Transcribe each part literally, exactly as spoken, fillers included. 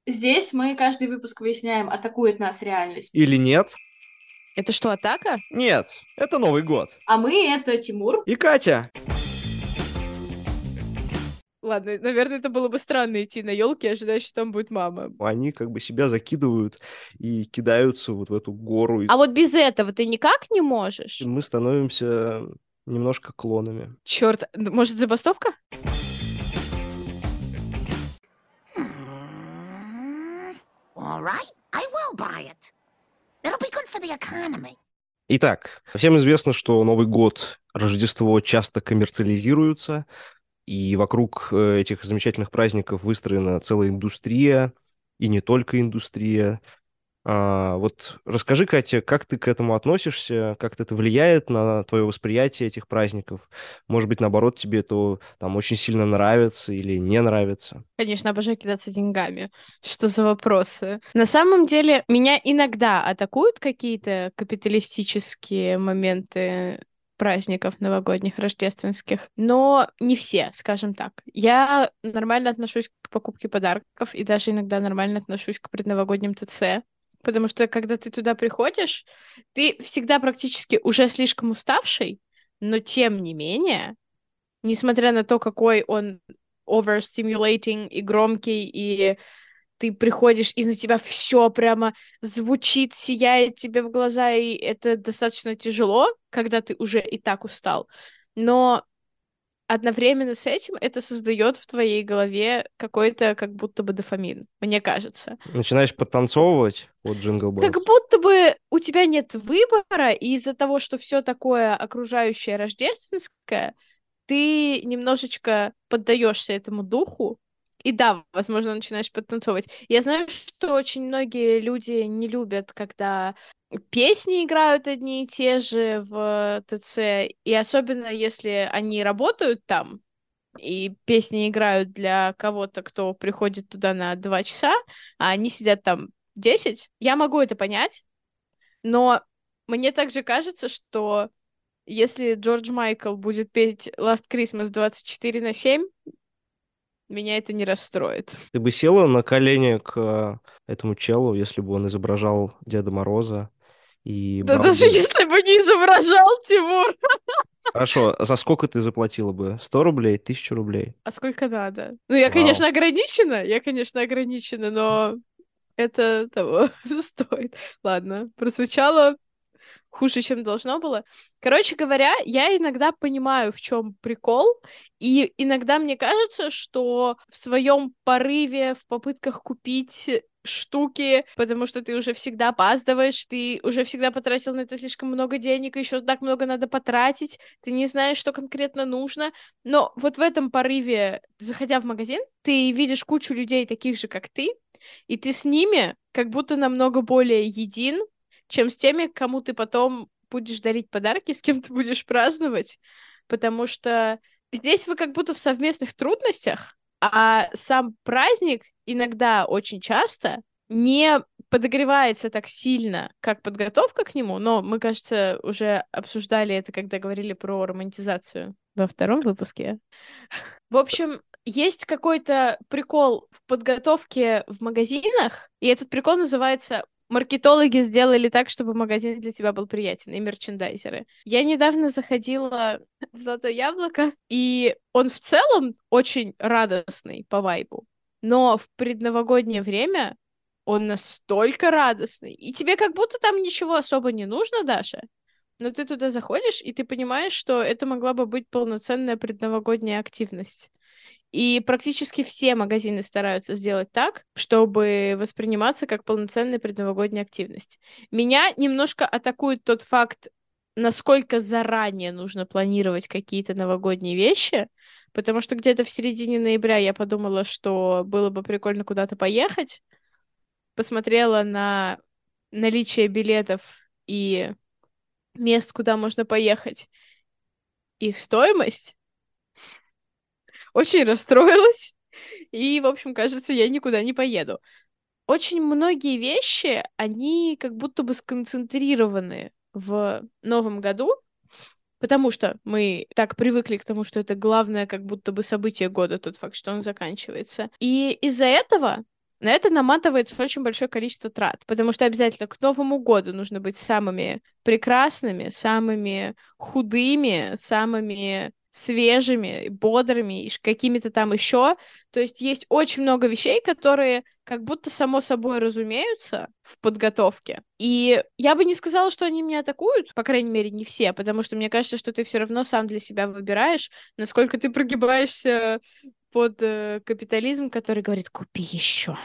Здесь мы каждый выпуск выясняем, атакует нас реальность. Или нет? Это что, атака? Нет, это Новый год. А мы — это Тимур. И Катя. Ладно, наверное, это было бы странно идти на елке, ожидая, что там будет мама. Они как бы себя закидывают и кидаются вот в эту гору. И А вот без этого ты никак не можешь? мы становимся немножко клонами. Черт, может, забастовка? All right, I will buy it. It'll be good for the economy. Итак, всем известно, что Новый год, Рождество часто коммерциализируются, и вокруг э, этих замечательных праздников выстроена целая индустрия, и не только индустрия. А, вот расскажи, Катя, как ты к этому относишься, как это влияет на твое восприятие этих праздников? Может быть, наоборот, тебе это там очень сильно нравится или не нравится? Конечно, обожаю кидаться деньгами. Что за вопросы? На самом деле, меня иногда атакуют какие-то капиталистические моменты праздников новогодних, рождественских, но не все, скажем так. Я нормально отношусь к покупке подарков и даже иногда нормально отношусь к предновогодним ТЦ, потому что когда ты туда приходишь, ты всегда практически уже слишком уставший, но тем не менее, несмотря на то, какой он overstimulating и громкий, и ты приходишь, и на тебя все прямо звучит, сияет тебе в глаза, и это достаточно тяжело, когда ты уже и так устал. Но одновременно с этим это создает в твоей голове какой-то как будто бы дофамин, мне кажется. Начинаешь подтанцовывать вот Jingle Как Bells. будто бы у тебя нет выбора, и из-за того, что все такое окружающее рождественское, ты немножечко поддаешься этому духу, и да, возможно, начинаешь подтанцовывать. Я знаю, что очень многие люди не любят, когда песни играют одни и те же в ТЦ, и особенно если они работают там, и песни играют для кого-то, кто приходит туда на два часа, а они сидят там десять. Я могу это понять, но мне также кажется, что если Джордж Майкл будет петь Last Christmas двадцать четыре на семь, меня это не расстроит. Ты бы села на колени к э, этому челу, если бы он изображал Деда Мороза и Да брал даже бы... если бы не изображал Тимур. Хорошо, а за сколько ты заплатила бы? Сто рублей? Тысячу рублей? А сколько надо? Ну, я, Вау. конечно, ограничена, я, конечно, ограничена, но это того стоит. Ладно, прозвучало хуже, чем должно было. Короче говоря, я иногда понимаю, в чем прикол, и иногда мне кажется, что в своем порыве, в попытках купить штуки, потому что ты уже всегда опаздываешь, ты уже всегда потратил на это слишком много денег, еще так много надо потратить, ты не знаешь, что конкретно нужно, но вот в этом порыве, заходя в магазин, ты видишь кучу людей таких же, как ты, и ты с ними как будто намного более един, чем с теми, кому ты потом будешь дарить подарки, с кем ты будешь праздновать, потому что здесь вы как будто в совместных трудностях, а сам праздник иногда очень часто не подогревается так сильно, как подготовка к нему, но мы, кажется, уже обсуждали это, когда говорили про романтизацию во втором выпуске. В общем, есть какой-то прикол в подготовке в магазинах, и этот прикол называется «Маркетологи сделали так, чтобы магазин для тебя был приятен», и мерчендайзеры. Я недавно заходила в «Золотое яблоко», и он в целом очень радостный по вайбу, но в предновогоднее время он настолько радостный, и тебе как будто там ничего особо не нужно даже, но ты туда заходишь, и ты понимаешь, что это могла бы быть полноценная предновогодняя активность. И практически все магазины стараются сделать так, чтобы восприниматься как полноценная предновогодняя активность. Меня немножко атакует тот факт, насколько заранее нужно планировать какие-то новогодние вещи, потому что где-то в середине ноября я подумала, что было бы прикольно куда-то поехать, посмотрела на наличие билетов и мест, куда можно поехать, их стоимость, очень расстроилась. И, в общем, кажется, я никуда не поеду. Очень многие вещи, они как будто бы сконцентрированы в новом году, потому что мы так привыкли к тому, что это главное как будто бы событие года, тот факт, что он заканчивается. И из-за этого на это наматывается очень большое количество трат, потому что обязательно к Новому году нужно быть самыми прекрасными, самыми худыми, самыми свежими, бодрыми и ш- какими-то там еще. То есть есть очень много вещей, которые как будто само собой разумеются в подготовке. И я бы не сказала, что они меня атакуют, по крайней мере, не все, потому что мне кажется, что ты все равно сам для себя выбираешь, насколько ты прогибаешься под э, капитализм, который говорит: купи еще.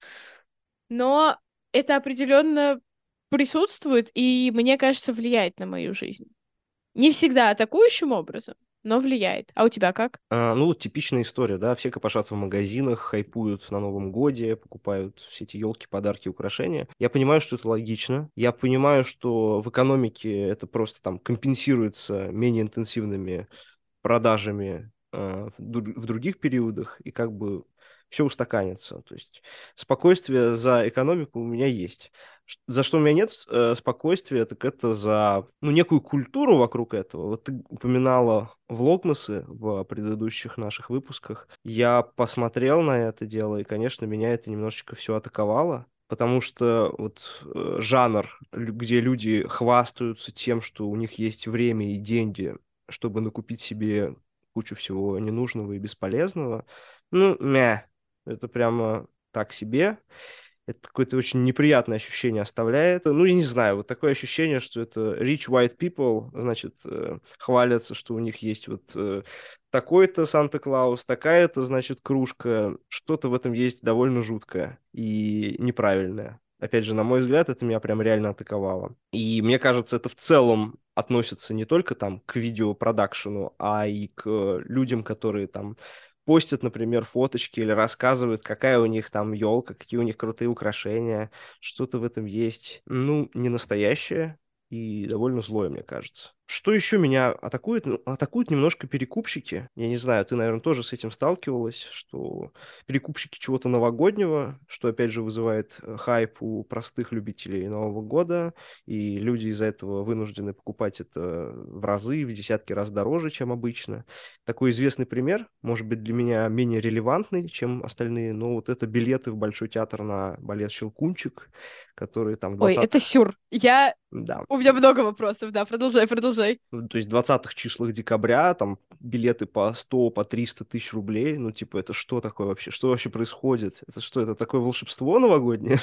Но это определенно присутствует и, мне кажется, влияет на мою жизнь. Не всегда атакующим образом, но влияет. А у тебя как? А, ну, вот типичная история, да, все копошатся в магазинах, хайпуют на Новом Годе, покупают все эти елки, подарки, украшения. Я понимаю, что это логично. Я понимаю, что в экономике это просто там компенсируется менее интенсивными продажами э, в, дру- в других периодах, и как бы все устаканится. То есть спокойствие за экономику у меня есть. Ш- За что у меня нет э, спокойствия, так это за ну, некую культуру вокруг этого. Вот ты упоминала влогмасы в предыдущих наших выпусках. Я посмотрел на это дело, и, конечно, меня это немножечко все атаковало. Потому что вот э, жанр, лю- где люди хвастаются тем, что у них есть время и деньги, чтобы накупить себе кучу всего ненужного и бесполезного, ну, мя, это прямо так себе. Это какое-то очень неприятное ощущение оставляет. Ну, я не знаю, вот такое ощущение, что это rich white people, значит, э, хвалятся, что у них есть вот э, такой-то Санта-Клаус, такая-то, значит, кружка. Что-то в этом есть довольно жуткое и неправильное. Опять же, на мой взгляд, это меня прям реально атаковало. И мне кажется, это в целом относится не только там к видеопродакшену, а и к людям, которые там постят, например, фоточки или рассказывают, какая у них там елка, какие у них крутые украшения. Что-то в этом есть, ну, не настоящее и довольно злое, мне кажется. Что еще меня атакует? Ну, атакуют немножко перекупщики. Я не знаю, ты, наверное, тоже с этим сталкивалась, что перекупщики чего-то новогоднего, что, опять же, вызывает э, хайп у простых любителей Нового года, и люди из-за этого вынуждены покупать это в разы, в десятки раз дороже, чем обычно. Такой известный пример, может быть, для меня менее релевантный, чем остальные, но вот это билеты в Большой театр на балет «Щелкунчик», которые там в Ой, это двадцатых, сюр. Я... да, У меня много вопросов, да, продолжай, продолжай. ну, то есть в двадцатых числах декабря там билеты по сто, по триста тысяч рублей, ну, типа, это что такое вообще? Что вообще происходит? Это что, это такое волшебство новогоднее?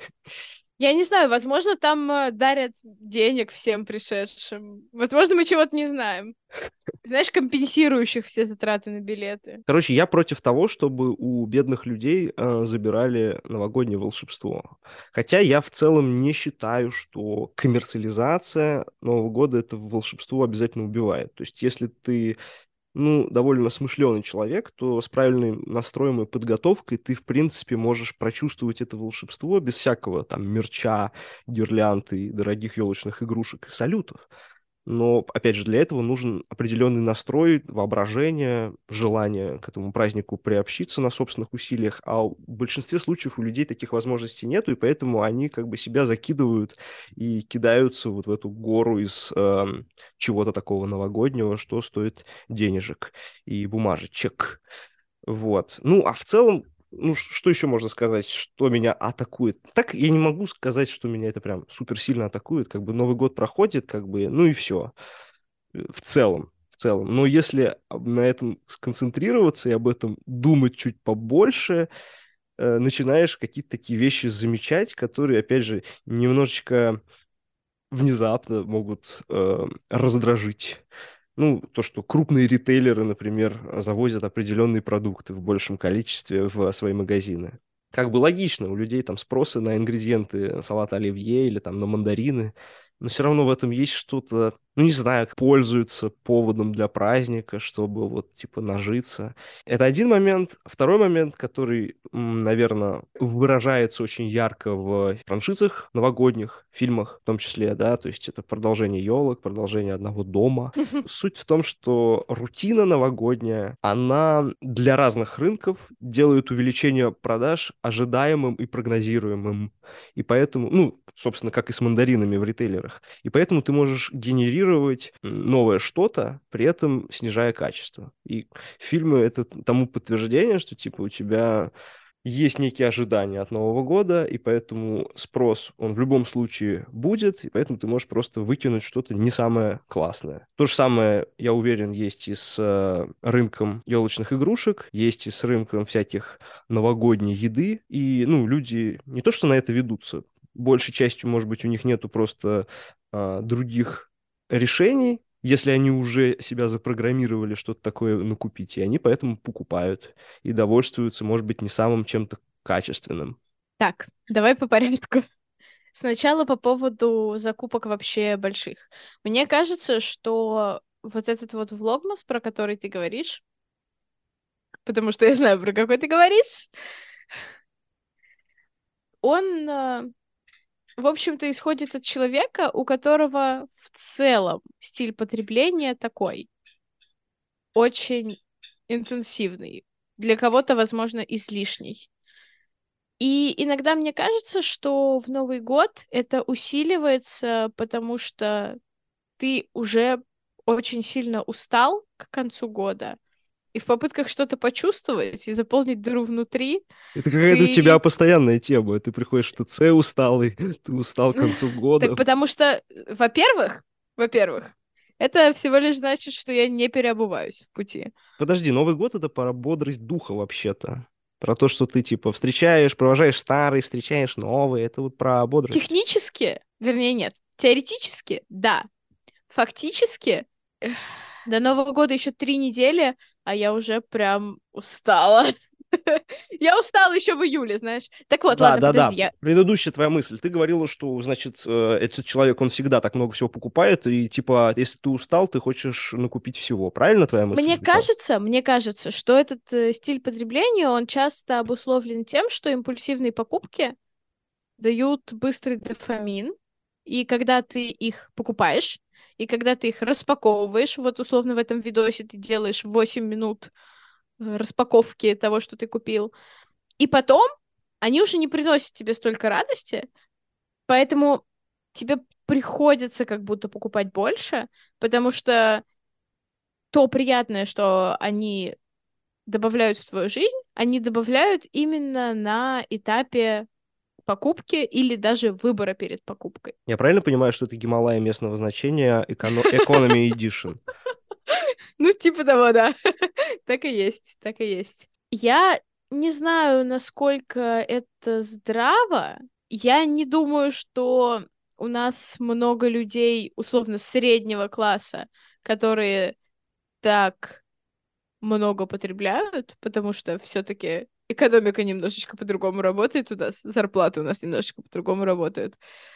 Я не знаю, возможно, там э, дарят денег всем пришедшим. Возможно, мы чего-то не знаем. Знаешь, компенсирующих все затраты на билеты. Короче, я против того, чтобы у бедных людей э, забирали новогоднее волшебство. Хотя я в целом не считаю, что коммерциализация Нового года это волшебство обязательно убивает. То есть, если ты ну, довольно смышленый человек, то с правильным настроем и подготовкой ты, в принципе, можешь прочувствовать это волшебство без всякого там мерча, гирлянд и дорогих елочных игрушек и салютов. Но, опять же, для этого нужен определенный настрой, воображение, желание к этому празднику приобщиться на собственных усилиях, а в большинстве случаев у людей таких возможностей нету, и поэтому они как бы себя закидывают и кидаются вот в эту гору из эм, чего-то такого новогоднего, что стоит денежек и бумажечек. Вот. Ну, а в целом, ну, ш- что еще можно сказать, что меня атакует? Так я не могу сказать, что меня это прям супер сильно атакует. Как бы Новый год проходит, как бы, ну и все. В целом, в целом. Но если об- на этом сконцентрироваться и об этом думать чуть побольше, э, начинаешь какие-то такие вещи замечать, которые, опять же, немножечко внезапно могут э, раздражить. Ну, то, что крупные ритейлеры, например, завозят определенные продукты в большем количестве в свои магазины. Как бы логично, у людей там спросы на ингредиенты салата оливье или там на мандарины, но все равно в этом есть что-то, ну, не знаю, пользуются поводом для праздника, чтобы вот, типа, нажиться. Это один момент. Второй момент, который, наверное, выражается очень ярко в франшизах новогодних, фильмах в том числе, да, то есть это продолжение елок, продолжение одного дома. Суть в том, что рутина новогодняя, она для разных рынков делает увеличение продаж ожидаемым и прогнозируемым. И поэтому, ну, собственно, как и с мандаринами в ритейлерах. И поэтому ты можешь генерировать м, новое что-то, при этом снижая качество. И фильмы — это тому подтверждение, что, типа, у тебя есть некие ожидания от Нового года, и поэтому спрос, он в любом случае будет, и поэтому ты можешь просто выкинуть что-то не самое классное. То же самое, я уверен, есть и с э, рынком елочных игрушек, есть и с рынком всяких новогодней еды, и, ну, люди не то что на это ведутся, большей частью, может быть, у них нету просто а, других решений, если они уже себя запрограммировали что-то такое накупить, и они поэтому покупают и довольствуются, может быть, не самым чем-то качественным. Так, давай по порядку. Сначала по поводу закупок вообще больших. Мне кажется, что вот этот вот влогмас, про который ты говоришь, потому что я знаю, про какой ты говоришь, он, э, в общем-то, исходит от человека, у которого в целом стиль потребления такой, очень интенсивный, для кого-то, возможно, излишний. И иногда мне кажется, что в Новый год это усиливается, потому что ты уже очень сильно устал к концу года, и в попытках что-то почувствовать и заполнить дыру внутри, Это какая-то у тебя ты... постоянная тема. Ты приходишь в ТЦ усталый, ты устал к концу Так года. потому что, во-первых, во-первых, это всего лишь значит, что я не переобуваюсь в пути. Подожди, Новый год — это про бодрость духа вообще-то. Про то, что ты, типа, встречаешь, провожаешь старый, встречаешь новый. Это вот про бодрость. Технически, вернее, нет, теоретически, да. Фактически, эх, до Нового года еще три недели, а я уже прям устала. Я устала еще в июле, знаешь. Так вот, Да, ладно, да, подожди, да. я... Предыдущая твоя мысль. Ты говорила, что, значит, э, этот человек, он всегда так много всего покупает, и, типа, если ты устал, ты хочешь накупить всего. Правильно твоя мысль Мне звучала? кажется, мне кажется, что этот э, стиль потребления, он часто обусловлен тем, что импульсивные покупки дают быстрый дофамин, и когда ты их покупаешь, и когда ты их распаковываешь, вот условно в этом видосе ты делаешь восемь минут э, распаковки того, что ты купил, и потом они уже не приносят тебе столько радости, поэтому тебе приходится как будто покупать больше, потому что то приятное, что они добавляют в твою жизнь, они добавляют именно на этапе покупки или даже выбора перед покупкой. Я правильно понимаю, что это Гималая местного значения эконо- Economy Edition? Ну, типа того, да. Так и есть, так и есть. Я не знаю, насколько это здраво. Я не думаю, что у нас много людей, условно, среднего класса, которые так много потребляют, потому что все-таки экономика немножечко по-другому работает у нас, зарплаты у нас немножечко по-другому работают.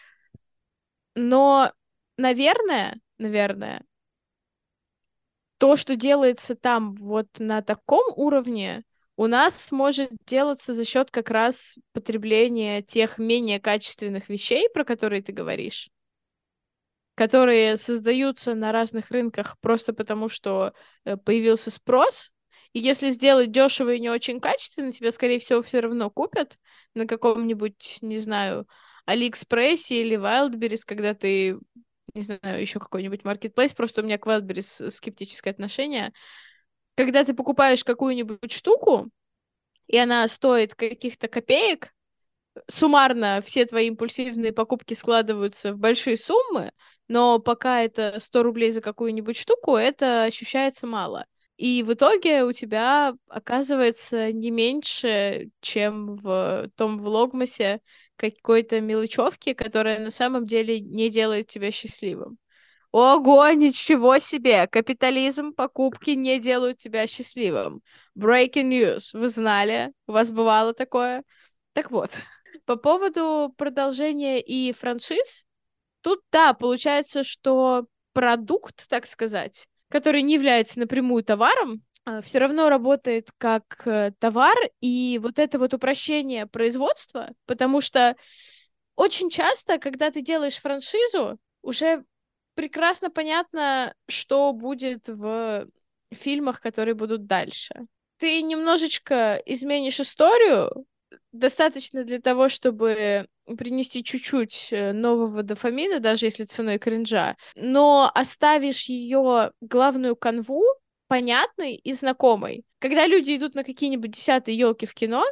Но, наверное, наверное, то, что делается там вот на таком уровне, у нас может делаться за счет как раз потребления тех менее качественных вещей, про которые ты говоришь, которые создаются на разных рынках просто потому, что э, появился спрос. И если сделать дешево и не очень качественно, тебя, скорее всего, все равно купят на каком-нибудь, не знаю, Алиэкспрессе или Wildberries, когда ты, не знаю, еще какой-нибудь marketplace, просто у меня к Wildberries скептическое отношение. Когда ты покупаешь какую-нибудь штуку, и она стоит каких-то копеек, суммарно все твои импульсивные покупки складываются в большие суммы, но пока это сто рублей за какую-нибудь штуку, это ощущается мало. И в итоге у тебя оказывается не меньше, чем в том влогмасе какой-то мелочевки, которая на самом деле не делает тебя счастливым. Ого, ничего себе! Капитализм, покупки не делают тебя счастливым. Breaking news. Вы знали? У вас бывало такое? Так вот, по поводу продолжения и франшиз, тут, да, получается, что продукт, так сказать, который не является напрямую товаром, все равно работает как э, товар, и вот это вот упрощение производства, потому что очень часто, когда ты делаешь франшизу, уже прекрасно понятно, что будет в фильмах, которые будут дальше. Ты немножечко изменишь историю, достаточно для того, чтобы принести чуть-чуть э, нового дофамина, даже если ценой кринжа, но оставишь ее главную канву понятной и знакомой. Когда люди идут на какие-нибудь десятые елки в кино,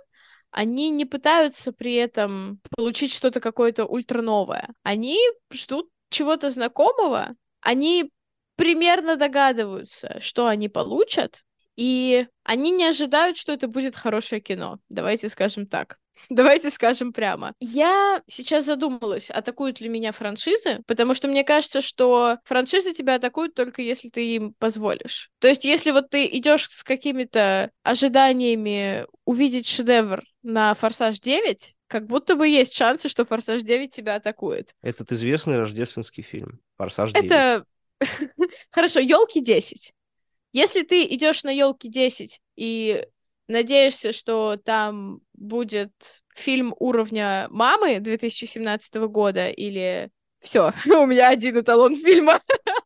они не пытаются при этом получить что-то какое-то ультра-новое. Они ждут чего-то знакомого, они примерно догадываются, что они получат, и они не ожидают, что это будет хорошее кино. Давайте скажем так. Давайте скажем прямо. Я сейчас задумалась, атакуют ли меня франшизы, потому что мне кажется, что франшизы тебя атакуют только если ты им позволишь. То есть, если вот ты идешь с какими-то ожиданиями увидеть шедевр на «Форсаж девять», как будто бы есть шансы, что «Форсаж девять» тебя атакует. Этот известный рождественский фильм «Форсаж девять». Это... Хорошо, «Елки десять». Если ты идешь на «Елки десять» и надеешься, что там будет фильм уровня «Мамы» две тысячи семнадцатого года или... Все, у меня один эталон фильма.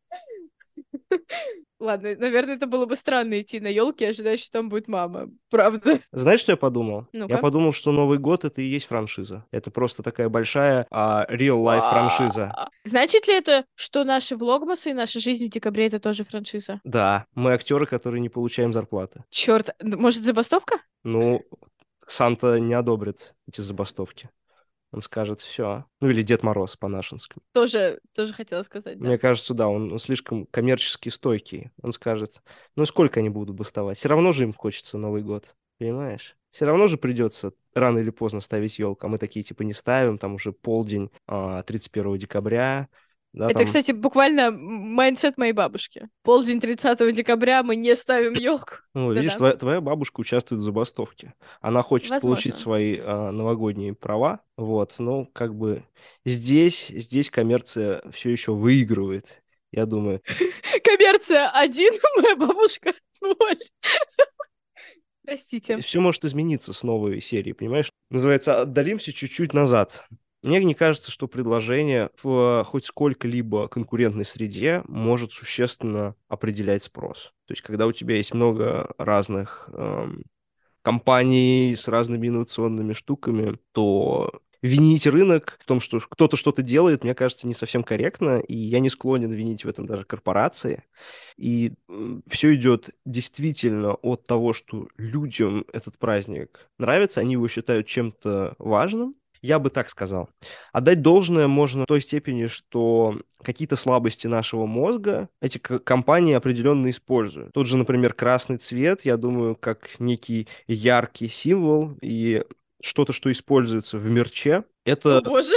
Ладно, наверное, это было бы странно идти на елки, ожидая, что там будет мама. Правда. Знаешь, что я подумал? Ну-ка. Я подумал, что Новый год — это и есть франшиза. Это просто такая большая а, real-life франшиза. Значит ли это, что наши влогмасы и наша жизнь в декабре — это тоже франшиза? Да, мы актеры, которые не получаем зарплаты. Черт, может, забастовка? Ну, Санта не одобрит эти забастовки. Он скажет все. Ну, или Дед Мороз по-нашенски. Тоже, тоже хотела сказать, да. Мне кажется, да, он, он слишком коммерчески стойкий. Он скажет, ну, сколько они будут бастовать? Все равно же им хочется Новый год, понимаешь? Все равно же придется рано или поздно ставить елку, а мы такие, типа, не ставим, там уже полдень а, тридцать первого декабря. Да, Это, там... кстати, буквально майндсет моей бабушки. Полдень тридцатого декабря мы не ставим елку. Ну, видишь, твоя, твоя бабушка участвует в забастовке. Она хочет получить Возможно. свои а, новогодние права, вот, но как бы здесь, здесь коммерция все еще выигрывает, я думаю. Коммерция один, моя бабушка ноль. Простите. Все может измениться с новой серии, понимаешь? Называется «Отдалимся чуть-чуть назад». Мне не кажется, что предложение в хоть сколько-либо конкурентной среде может существенно определять спрос. То есть, когда у тебя есть много разных эм, компаний с разными инновационными штуками, то винить рынок в том, что кто-то что-то делает, мне кажется, не совсем корректно, и я не склонен винить в этом даже корпорации. И все идет действительно от того, что людям этот праздник нравится, они его считают чем-то важным. Я бы так сказал. Отдать должное можно в той степени, что какие-то слабости нашего мозга эти компании определенно используют. Тот же, например, красный цвет, я думаю, как некий яркий символ и что-то, что используется в мерче. Это, О, боже.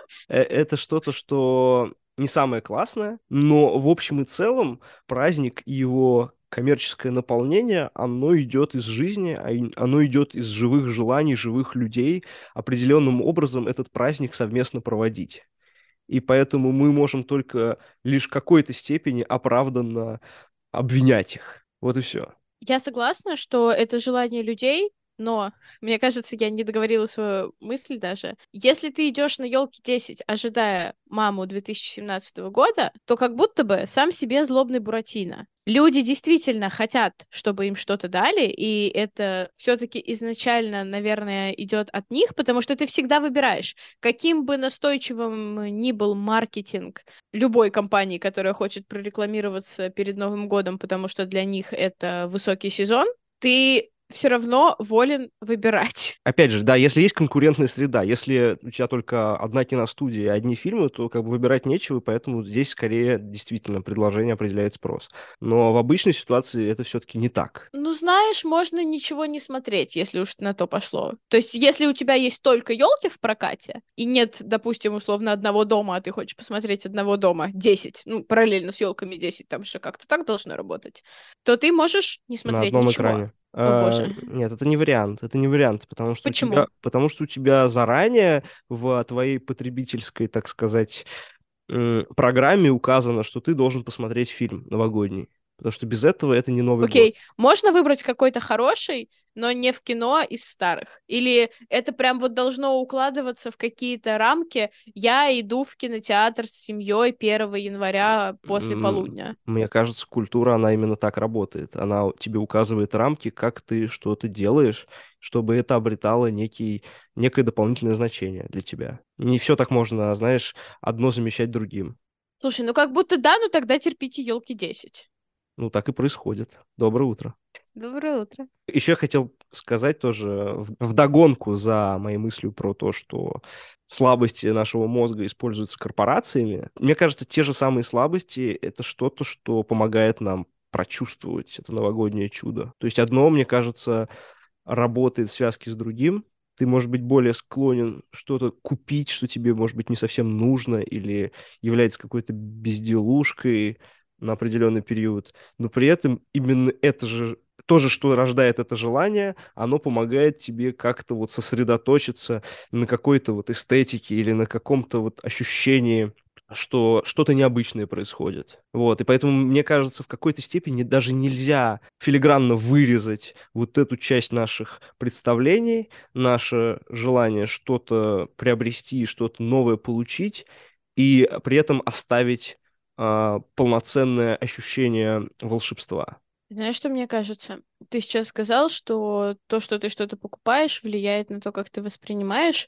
это что-то, что не самое классное, но в общем и целом праздник и его коммерческое наполнение, оно идет из жизни, оно идет из живых желаний, живых людей, определенным образом этот праздник совместно проводить. И поэтому мы можем только лишь в какой-то степени оправданно обвинять их. Вот и все. Я согласна, что это желание людей, но мне кажется, я не договорила свою мысль даже. Если ты идешь на елки десять, ожидая маму две тысячи семнадцатого года, то как будто бы сам себе злобный Буратино. Люди действительно хотят, чтобы им что-то дали, и это все-таки изначально, наверное, идет от них, потому что ты всегда выбираешь, каким бы настойчивым ни был маркетинг любой компании, которая хочет прорекламироваться перед Новым годом, потому что для них это высокий сезон, ты все равно волен выбирать. Опять же, да, если есть конкурентная среда, если у тебя только одна киностудия и одни фильмы, то как бы выбирать нечего, поэтому здесь скорее действительно предложение определяет спрос. Но в обычной ситуации это все-таки не так. Ну, знаешь, можно ничего не смотреть, если уж на то пошло. То есть, если у тебя есть только елки в прокате, и нет, допустим, условно, одного дома, а ты хочешь посмотреть одного дома десять, ну, параллельно с елками десять, там же как-то так должно работать, то ты можешь не смотреть на одном ничего. экране. О, боже. Нет, это не вариант, это не вариант, потому что Почему? у тебя, потому что у тебя заранее в твоей потребительской, так сказать, программе указано, что ты должен посмотреть фильм новогодний, потому что без этого это не Новый Окей, год. можно выбрать какой-то хороший, но не в кино из старых? Или это прям вот должно укладываться в какие-то рамки? Я иду в кинотеатр с семьей первого января после полудня. Мне кажется, культура, она именно так работает. Она тебе указывает рамки, как ты что-то делаешь, чтобы это обретало некий, некое дополнительное значение для тебя. Не все так можно, знаешь, одно замещать другим. Слушай, ну как будто да, ну тогда терпите елки десять. Ну, так и происходит. Доброе утро. Доброе утро. Еще я хотел сказать тоже в- вдогонку за моей мыслью про то, что слабости нашего мозга используются корпорациями. Мне кажется, те же самые слабости — это что-то, что помогает нам прочувствовать это новогоднее чудо. То есть одно, мне кажется, работает в связке с другим. Ты, может быть, более склонен что-то купить, что тебе, может быть, не совсем нужно или является какой-то безделушкой на определенный период, но при этом именно это же то же, что рождает это желание, оно помогает тебе как-то вот сосредоточиться на какой-то вот эстетике или на каком-то вот ощущении, что что-то необычное происходит. Вот, и поэтому, мне кажется, в какой-то степени даже нельзя филигранно вырезать вот эту часть наших представлений, наше желание что-то приобрести, что-то новое получить, и при этом оставить а, полноценное ощущение волшебства. Знаешь, что мне кажется? Ты сейчас сказал, что то, что ты что-то покупаешь, влияет на то, как ты воспринимаешь.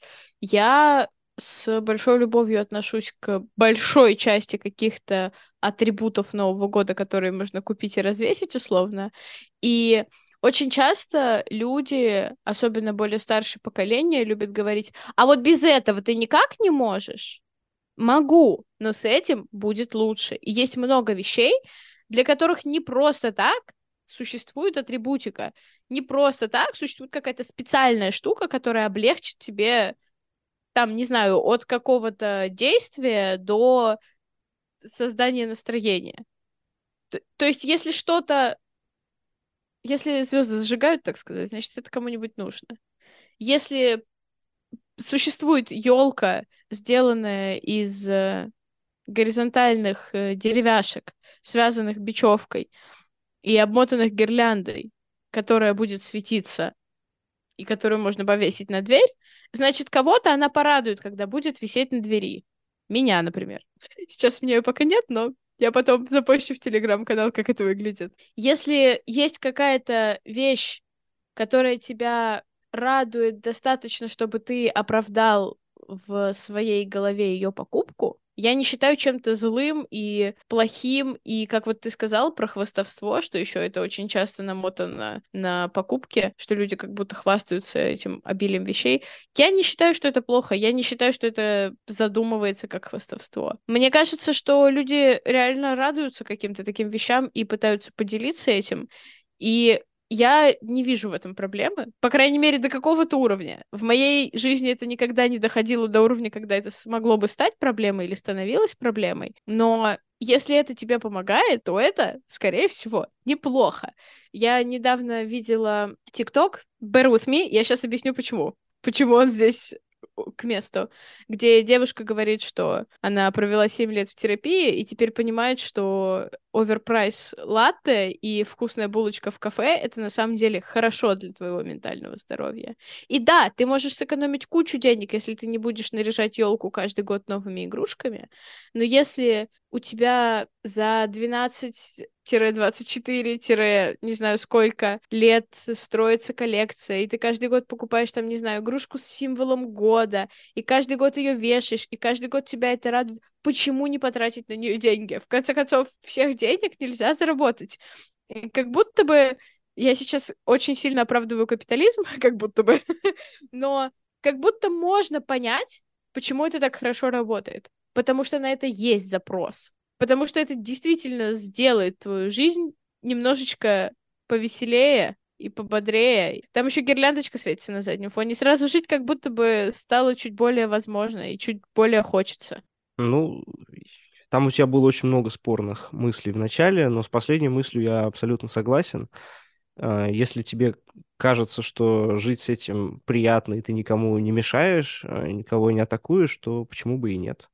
Я с большой любовью отношусь к большой части каких-то атрибутов Нового года, которые можно купить и развесить условно. И очень часто люди, особенно более старшее поколение, любят говорить: а вот без этого ты никак не можешь? Могу, но с этим будет лучше. И есть много вещей, для которых не просто так существует атрибутика. Не просто так существует какая-то специальная штука, которая облегчит тебе, там, не знаю, от какого-то действия до создания настроения. То, то есть, если что-то, если звезды зажигают, так сказать, значит, это кому-нибудь нужно. Если существует елка, сделанная из э, горизонтальных э, деревяшек, связанных бечевкой и обмотанных гирляндой, которая будет светиться и которую можно повесить на дверь, значит, кого-то она порадует, когда будет висеть на двери. Меня, например. Сейчас у меня ее пока нет, но я потом запущу в телеграм-канал, как это выглядит. Если есть какая-то вещь, которая тебя радует достаточно, чтобы ты оправдал в своей голове ее покупку, я не считаю чем-то злым и плохим, и, как вот ты сказал про хвастовство, что еще это очень часто намотано на покупки, что люди как будто хвастаются этим обилием вещей. Я не считаю, что это плохо, я не считаю, что это задумывается как хвастовство. Мне кажется, что люди реально радуются каким-то таким вещам и пытаются поделиться этим, и я не вижу в этом проблемы, по крайней мере, до какого-то уровня. В моей жизни это никогда не доходило до уровня, когда это смогло бы стать проблемой или становилось проблемой. Но если это тебе помогает, то это, скорее всего, неплохо. Я недавно видела TikTok, bear with me, я сейчас объясню, почему. Почему он здесь к месту, где девушка говорит, что она провела семь лет в терапии и теперь понимает, что оверпрайс латте и вкусная булочка в кафе — это на самом деле хорошо для твоего ментального здоровья. И да, ты можешь сэкономить кучу денег, если ты не будешь наряжать елку каждый год новыми игрушками, но если у тебя за двенадцать двадцать четыре не знаю сколько лет строится коллекция, и ты каждый год покупаешь там, не знаю, игрушку с символом года, и каждый год ее вешаешь, и каждый год тебя это радует, почему не потратить на нее деньги? В конце концов, всех денег нельзя заработать. И как будто бы я сейчас очень сильно оправдываю капитализм, как будто бы, но как будто можно понять, почему это так хорошо работает. Потому что на это есть запрос. Потому что это действительно сделает твою жизнь немножечко повеселее и пободрее. Там еще гирляндочка светится на заднем фоне. Сразу жить как будто бы стало чуть более возможно и чуть более хочется. Ну, там у тебя было очень много спорных мыслей в начале, но с последней мыслью я абсолютно согласен. А, Если тебе кажется, что жить с этим приятно, и ты никому не мешаешь, а, никого не атакуешь, то почему бы и нет?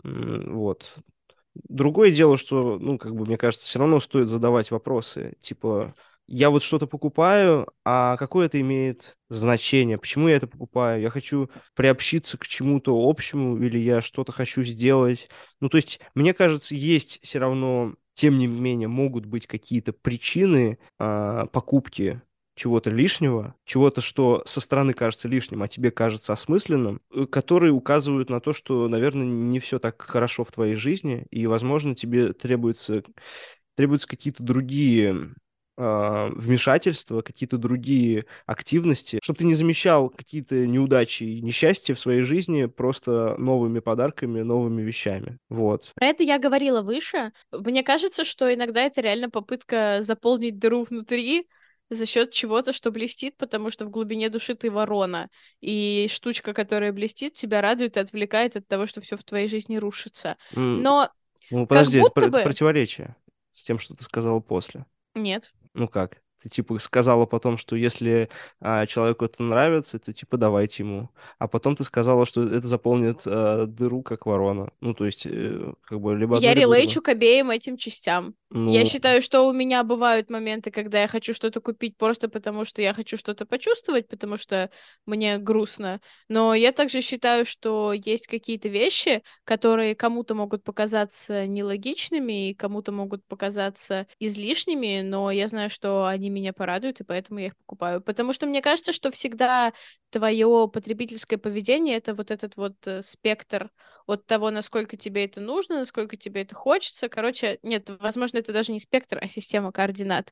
М, Вот. Другое дело, что, ну, как бы, мне кажется, все равно стоит задавать вопросы. Типа, я вот что-то покупаю, а какое это имеет значение? Почему я это покупаю? Я хочу приобщиться к чему-то общему, или я что-то хочу сделать? Ну, то есть, мне кажется, есть все равно, тем не менее, могут быть какие-то причины а, покупки чего-то лишнего, чего-то, что со стороны кажется лишним, а тебе кажется осмысленным, э, которые указывают на то, что, наверное, не все так хорошо в твоей жизни, и, возможно, тебе требуется, требуются какие-то другие а, вмешательства, какие-то другие активности, чтобы ты не замещал какие-то неудачи и несчастья в своей жизни просто новыми подарками, новыми вещами. Вот. Про это я говорила выше. Мне кажется, что иногда это реально попытка заполнить дыру внутри за счет чего-то, что блестит, потому что в глубине души ты ворона. И штучка, которая блестит, тебя радует и отвлекает от того, что все в твоей жизни рушится. М, Но Ну, как подожди, это, будто про- это бы... противоречие с тем, что ты сказала после. Нет. Ну как? Ты типа сказала потом, что если а, человеку это нравится, то типа давайте ему. А потом ты сказала, что это заполнит а, дыру, как ворона. Ну, то есть, э, как бы либо одно, Я либо другое. релейчу к обеим этим частям. Я Ну, считаю, что у меня бывают моменты, когда я хочу что-то купить просто потому, что я хочу что-то почувствовать, потому что мне грустно. Но я также считаю, что есть какие-то вещи, которые кому-то могут показаться нелогичными и кому-то могут показаться излишними, но я знаю, что они меня порадуют, и поэтому я их покупаю. Потому что мне кажется, что всегда твое потребительское поведение — это вот этот вот э, спектр от того, насколько тебе это нужно, насколько тебе это хочется. Короче, нет, возможно, это даже не спектр, а система координат,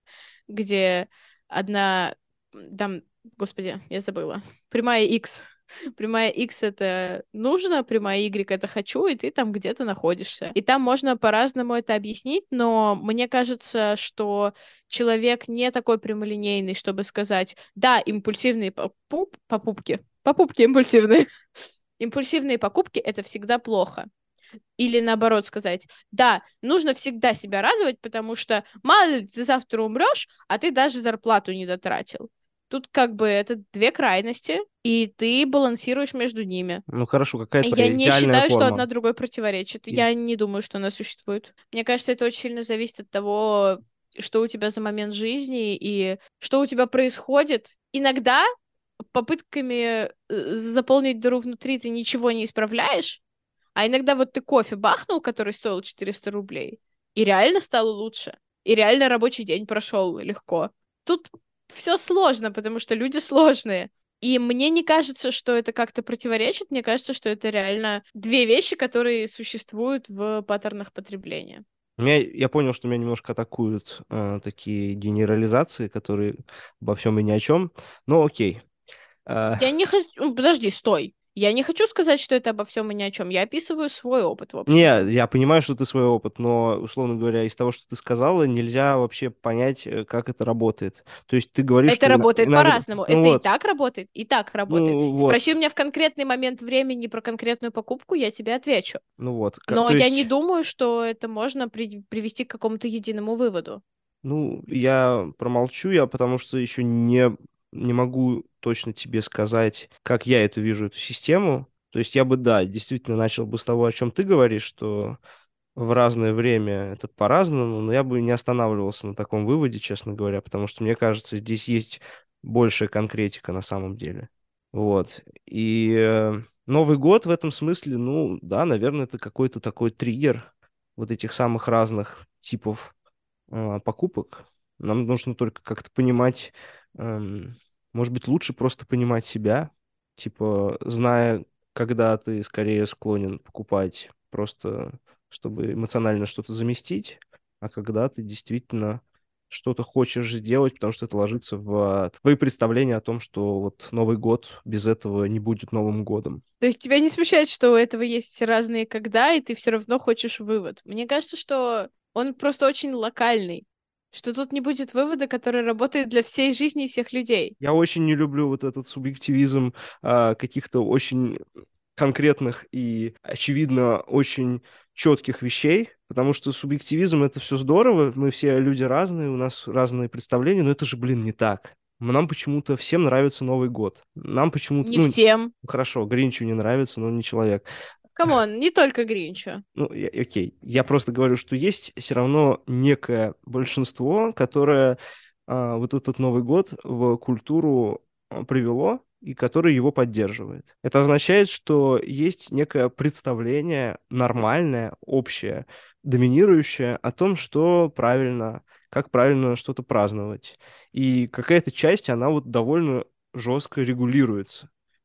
где одна, м, там, господи, я забыла, прямая X. Прямая X — это нужно, прямая Y — это хочу, и ты там где-то находишься. И там можно по-разному это объяснить, но мне кажется, что человек не такой прямолинейный, чтобы сказать, да, импульсивные попуп- попупки, попупки импульсивные, импульсивные покупки — это всегда плохо. Или наоборот сказать, да, нужно всегда себя радовать, потому что мало ли ты завтра умрешь, а ты даже зарплату не дотратил. Тут как бы это две крайности, и ты балансируешь между ними. ну хорошо, какая Я твоя не идеальная считаю, что одна форма? другой противоречит. И- Я не думаю, что она существует. Мне кажется, это очень сильно зависит от того, что у тебя за момент жизни и что у тебя происходит. Иногда попытками э, заполнить дыру внутри ты ничего не исправляешь, а иногда вот ты кофе бахнул, который стоил четыреста рублей, и реально стало лучше. И реально рабочий день прошел легко. Тут все сложно, потому что люди сложные. И мне не кажется, что это как-то противоречит. Мне кажется, что это реально две вещи, которые существуют в паттернах потребления. Меня, я понял, что меня немножко атакуют э, такие генерализации, которые обо всем и ни о чем. Но окей. Э, Я не хочу... Подожди, стой. Я не хочу сказать, что это обо всем и ни о чем. Я описываю свой опыт, в Не, общем-то. я понимаю, что ты свой опыт, но, условно говоря, из того, что ты сказала, нельзя вообще понять, э, как это работает. То есть ты говоришь, Это что ина- работает иногда... по-разному. Ну Это и вот, так работает, и так работает. ну Спроси у вот, меня в конкретный момент времени про конкретную покупку, я тебе отвечу. ну вот. Ка- Но То я не есть, думаю, что это можно при- привести к какому-то единому выводу. ну, я промолчу, я потому что еще не, не могу точно тебе сказать, как я эту вижу, эту систему. То есть я бы, да, действительно начал бы с того, о чем ты говоришь, что в разное время это по-разному, но я бы не останавливался на таком выводе, честно говоря, потому что мне кажется, здесь есть большая конкретика на самом деле. Вот. И э, Новый год в этом смысле, ну, да, наверное, это какой-то такой триггер вот этих самых разных типов э, покупок. Нам нужно только как-то понимать, эм, может быть, лучше просто понимать себя, типа, зная, когда ты скорее склонен покупать просто, чтобы эмоционально что-то заместить, а когда ты действительно что-то хочешь сделать, потому что это ложится в твои представления о том, что вот Новый год без этого не будет Новым годом. То есть тебя не смущает, что у этого есть разные когда, и ты все равно хочешь вывод. Мне кажется, что он просто очень локальный, что тут не будет вывода, который работает для всей жизни и всех людей. Я очень не люблю вот этот субъективизм а, каких-то очень конкретных и, очевидно, очень четких вещей, потому что субъективизм — это все здорово, мы все люди разные, у нас разные представления, но это же, блин, не так. Нам почему-то всем нравится Новый год. Нам почему-то, Не ну, всем. хорошо, Гринчу не нравится, но он не человек. Камон, не только Гринчу. Ну, я- окей. Я просто говорю, что есть все равно некое большинство, которое а, вот этот Новый год в культуру а, привело и которое его поддерживает. Это означает, что есть некое представление нормальное, общее, доминирующее о том, что правильно, как правильно что-то праздновать. И какая-то часть, она вот довольно жестко регулируется.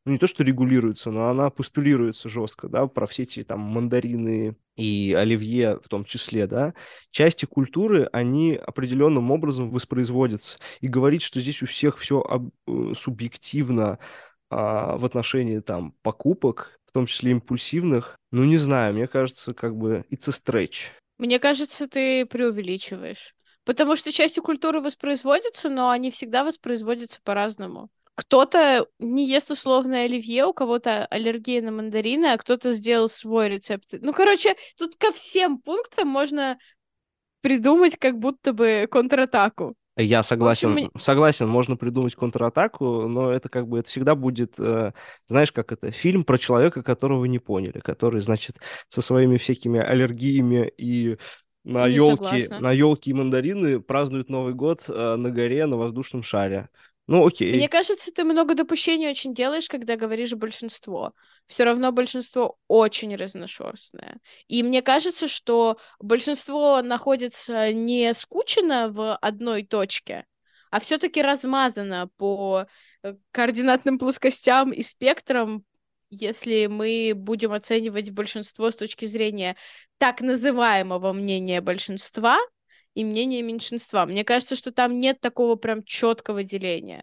ну, не то что регулируется, но она постулируется жестко, да, про все эти там мандарины и оливье в том числе, да. Части культуры, они определенным образом воспроизводятся. И говорить, что здесь у всех все субъективно а, в отношении там покупок, в том числе импульсивных, ну, не знаю, мне кажется, как бы it's a stretch. Мне кажется, ты преувеличиваешь. Потому что части культуры воспроизводятся, но они всегда воспроизводятся по-разному. Кто-то не ест условное оливье, у кого-то аллергия на мандарины, а кто-то сделал свой рецепт. Ну, короче, тут ко всем пунктам можно придумать как будто бы контратаку. Я В общем, согласен, мне- согласен, можно придумать контратаку, но это как бы, это всегда будет, э, знаешь, как это, фильм про человека, которого не поняли, который, значит, со своими всякими аллергиями и на не елки, согласна. на елки и мандарины празднует Новый год э, на горе, на воздушном шаре. Ну, окей. Мне кажется, ты много допущений очень делаешь, когда говоришь большинство. Все равно большинство очень разношерстное. И мне кажется, что большинство находится не скучно в одной точке, а все-таки размазано по э, координатным плоскостям и спектрам, если мы будем оценивать большинство с точки зрения так называемого мнения большинства и мнения меньшинства. Мне кажется, что там нет такого прям четкого деления.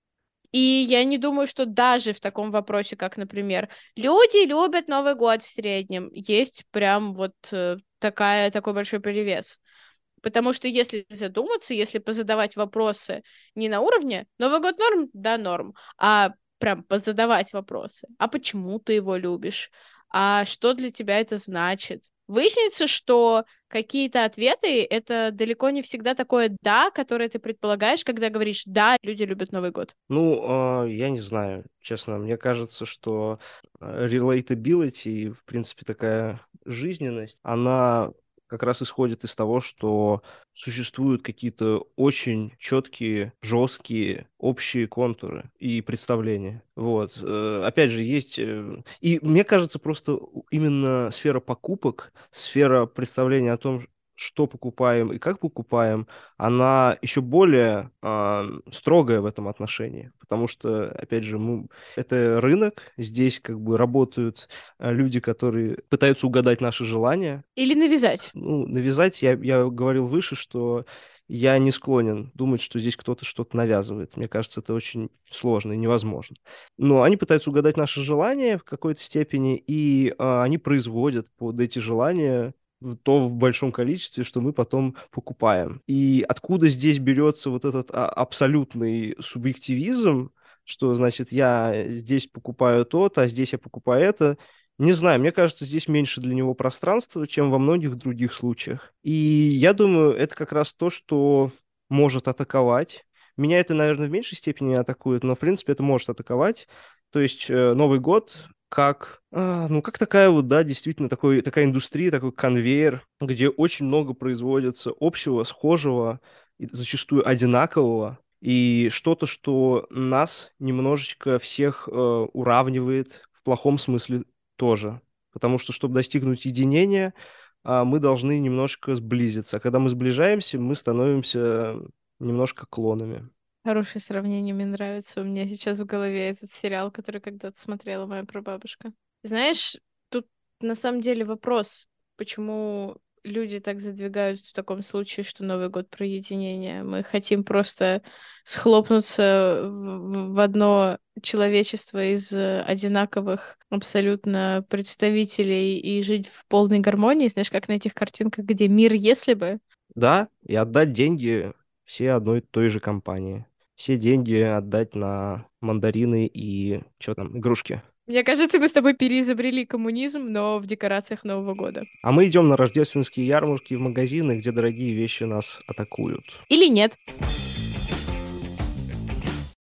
И я не думаю, что даже в таком вопросе, как, например, люди любят Новый год в среднем, есть прям вот э, такая, такой большой перевес. Потому что если задуматься, если позадавать вопросы не на уровне «Новый год норм?» Да, норм. А прям позадавать вопросы. А почему ты его любишь? А что для тебя это значит? Выяснится, что какие-то ответы — это далеко не всегда такое «да», которое ты предполагаешь, когда говоришь «да, люди любят Новый год». Ну, э, я не знаю, честно, мне кажется, что э, relatability и, в принципе, такая жизненность, она как раз исходит из того, что существуют какие-то очень четкие, жесткие, общие контуры и представления. Вот. Э, Опять же, есть... э, И мне кажется, просто именно сфера покупок, сфера представления о том, что покупаем и как покупаем, она еще более а, строгая в этом отношении, потому что, опять же, мы, это рынок, здесь как бы работают а, люди, которые пытаются угадать наши желания. Или навязать. Ну, навязать, я, я говорил выше, что я не склонен думать, что здесь кто-то что-то навязывает. Мне кажется, это очень сложно и невозможно. Но они пытаются угадать наши желания в какой-то степени, и а, они производят под эти желания в- то в большом количестве, что мы потом покупаем. И откуда здесь берется вот этот а, абсолютный субъективизм, что, значит, я здесь покупаю то, а здесь я покупаю это, не знаю, мне кажется, здесь меньше для него пространства, чем во многих других случаях. И я думаю, это как раз то, что может атаковать. Меня это, наверное, в меньшей степени атакует, но, в принципе, это может атаковать. То есть э, Новый год как, а, ну, как такая вот, да, действительно такой, такая индустрия, такой конвейер, где очень много производится общего, схожего, и зачастую одинакового, и что-то, что нас немножечко всех э, уравнивает в плохом смысле тоже. Потому что, чтобы достигнуть единения, а, мы должны немножко сблизиться. А когда мы сближаемся, мы становимся немножко клонами. Хорошее сравнение, мне нравится. У меня сейчас в голове этот сериал, который когда-то смотрела моя прабабушка. Знаешь, тут на самом деле вопрос, почему люди так задвигают в таком случае, что Новый год про единение. Мы хотим просто схлопнуться в в одно человечество из э, одинаковых абсолютно представителей и жить в полной гармонии. Знаешь, как на этих картинках, где мир, если бы. Да, и отдать деньги все одной и той же компании. Все деньги отдать на мандарины и что там, игрушки. Мне кажется, мы с тобой переизобрели коммунизм, но в декорациях Нового года. А мы идем на рождественские ярмарки в магазины, где дорогие вещи нас атакуют. Или нет.